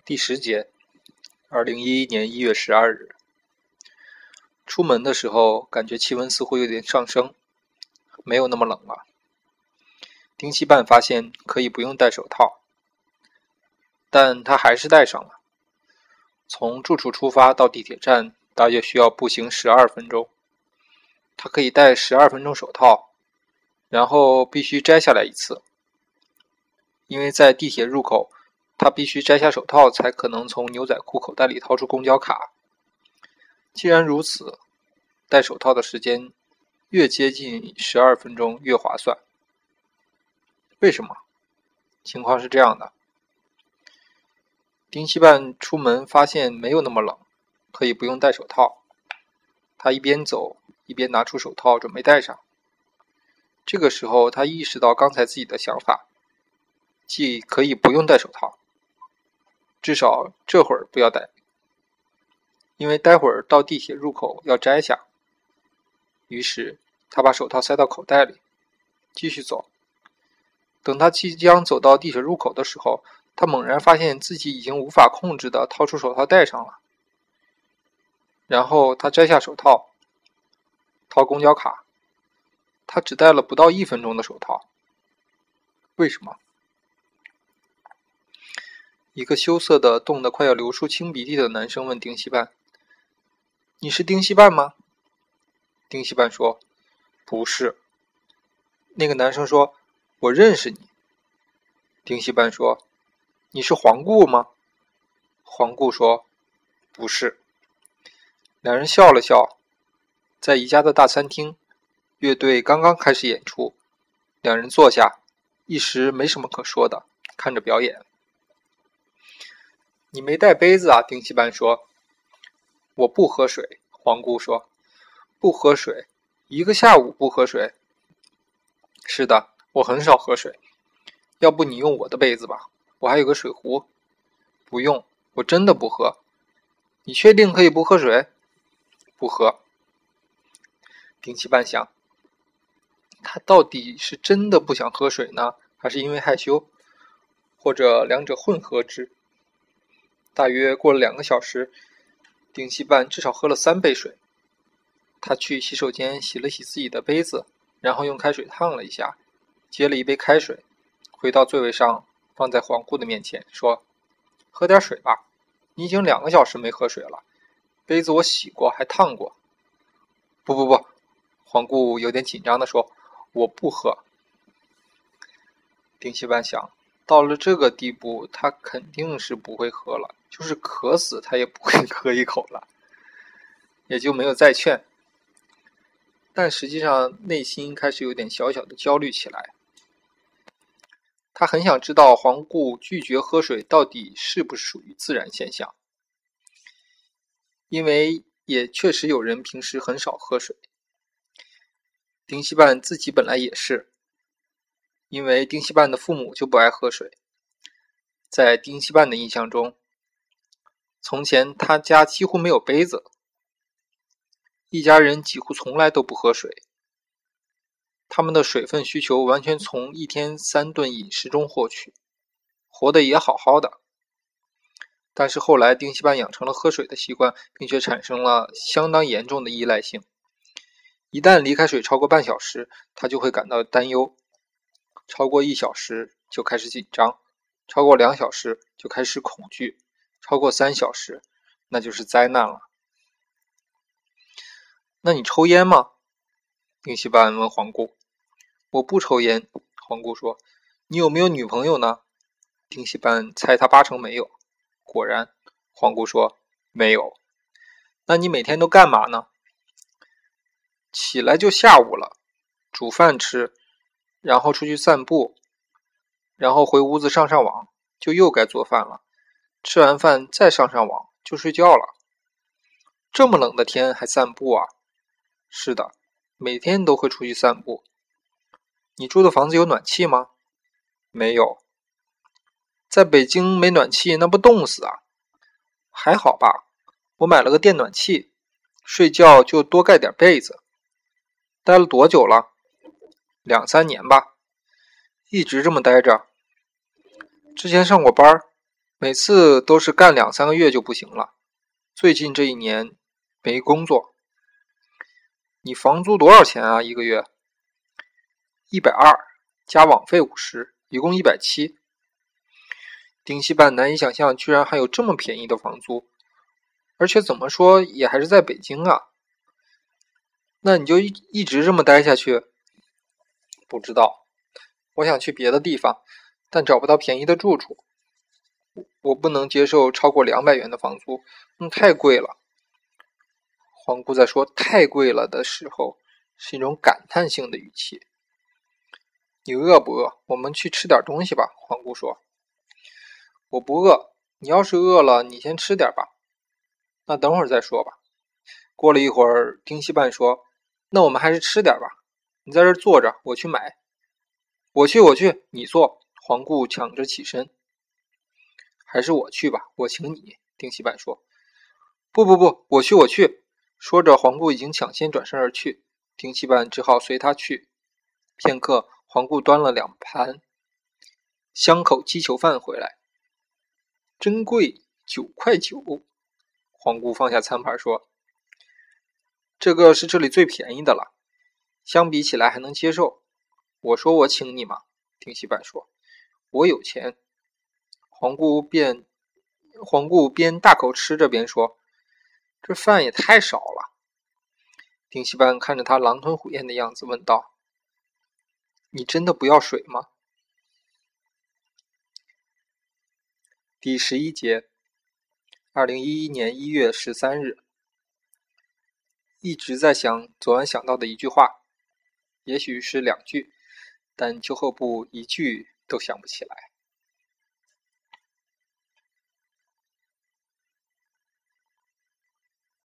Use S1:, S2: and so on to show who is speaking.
S1: 第10节，2011年1月12日。出门的时候，感觉气温似乎有点上升，没有那么冷了。丁西半发现可以不用戴手套，但他还是戴上了。从住处出发到地铁站，大约需要步行12分钟。他可以戴12分钟手套，然后必须摘下来一次，因为在地铁入口，他必须摘下手套才可能从牛仔裤口袋里掏出公交卡。既然如此，戴手套的时间越接近12分钟越划算。为什么？情况是这样的，丁西半出门发现没有那么冷，可以不用戴手套。他一边走一边拿出手套准备戴上。这个时候他意识到刚才自己的想法，即可以不用戴手套，至少这会儿不要戴，因为待会儿到地铁入口要摘下。于是他把手套塞到口袋里，继续走。等他即将走到地铁入口的时候，他猛然发现自己已经无法控制地掏出手套戴上了。然后他摘下手套，掏公交卡。他只戴了不到1分钟的手套。为什么？一个羞涩的、冻得快要流出清鼻涕的男生问丁西半：“你是丁西半吗？”丁西半说：“不是。”那个男生说：“我认识你。”丁西半说：“你是黄固吗？”黄固说：“不是。”两人笑了笑。在宜家的大餐厅，乐队刚刚开始演出，两人坐下，一时没什么可说的，看着表演。“你没带杯子啊？”丁西半说。“我不喝水。”黄固说。“不喝水？一个下午不喝水？”“是的，我很少喝水。要不你用我的杯子吧，我还有个水壶。”“不用，我真的不喝。”“你确定可以不喝水？”“不喝。”丁西半想，他到底是真的不想喝水呢，还是因为害羞，或者两者混合之？大约过了2个小时，丁西半至少喝了3杯水。他去洗手间洗了洗自己的杯子，然后用开水烫了一下，接了一杯开水，回到座位上，放在黄固的面前，说：“喝点水吧，你已经2个小时没喝水了，杯子我洗过还烫过。”“不，黄固有点紧张地说，“我不喝。”丁西半想，到了这个地步，他肯定是不会喝了，就是渴死他也不会喝一口了，也就没有再劝。但实际上内心开始有点小小的焦虑起来。他很想知道黄固拒绝喝水到底是不是属于自然现象，因为也确实有人平时很少喝水。丁西半自己本来也是，因为丁西半的父母就不爱喝水。在丁西半的印象中，从前他家几乎没有杯子，一家人几乎从来都不喝水，他们的水分需求完全从1天3顿饮食中获取，活得也好好的。但是后来丁西半养成了喝水的习惯，并且产生了相当严重的依赖性。一旦离开水超过半小时，他就会感到担忧，超过1小时就开始紧张，超过2小时就开始恐惧，超过3小时那就是灾难了。“那你抽烟吗？”丁西半问黄固。“我不抽烟。”黄固说。“你有没有女朋友呢？”丁西半猜他8成没有。果然，黄固说：“没有。”“那你每天都干嘛呢？”“起来就下午了，煮饭吃，然后出去散步，然后回屋子上网，就又该做饭了，吃完饭再上网，就睡觉了。”“这么冷的天还散步啊？”“是的，每天都会出去散步。”“你住的房子有暖气吗？”“没有。”“在北京没暖气那不冻死啊？”“还好吧，我买了个电暖气，睡觉就多盖点被子。”“待了多久了？”“2、3年吧。”“一直这么待着？”“之前上过班， 每次都是干2-3个月就不行了，最近这1年没工作。你房租多少钱啊？一个月？120加网费50，一共170。丁西半难以想象，居然还有这么便宜的房租，而且怎么说也还是在北京啊。那你就一直这么待下去？不知道，我想去别的地方，但找不到便宜的住处。我不能接受超过200元的房租，太贵了。黄姑在说太贵了的时候，是一种感叹性的语气。你饿不饿？我们去吃点东西吧，黄姑说。我不饿，你要是饿了，你先吃点吧。那等会儿再说吧。过了一会儿，丁西半说，那我们还是吃点吧。你在这儿坐着，我去买。我去，你坐。黄姑抢着起身。还是我去吧，我请你，丁西半说。不，我去。说着，黄姑已经抢先转身而去，丁西半只好随他去。片刻，黄姑端了2盘香口鸡球饭回来。真贵，9块9。黄姑放下餐盘说，这个是这里最便宜的了，相比起来还能接受。我说我请你嘛，丁西半说。我有钱。黄姑边大口吃着边说，这饭也太少了。丁西半看着他狼吞虎咽的样子问道，你真的不要水吗？第11节2011年1月13日。一直在想昨晚想到的一句话，也许是2句，但就后部1句都想不起来。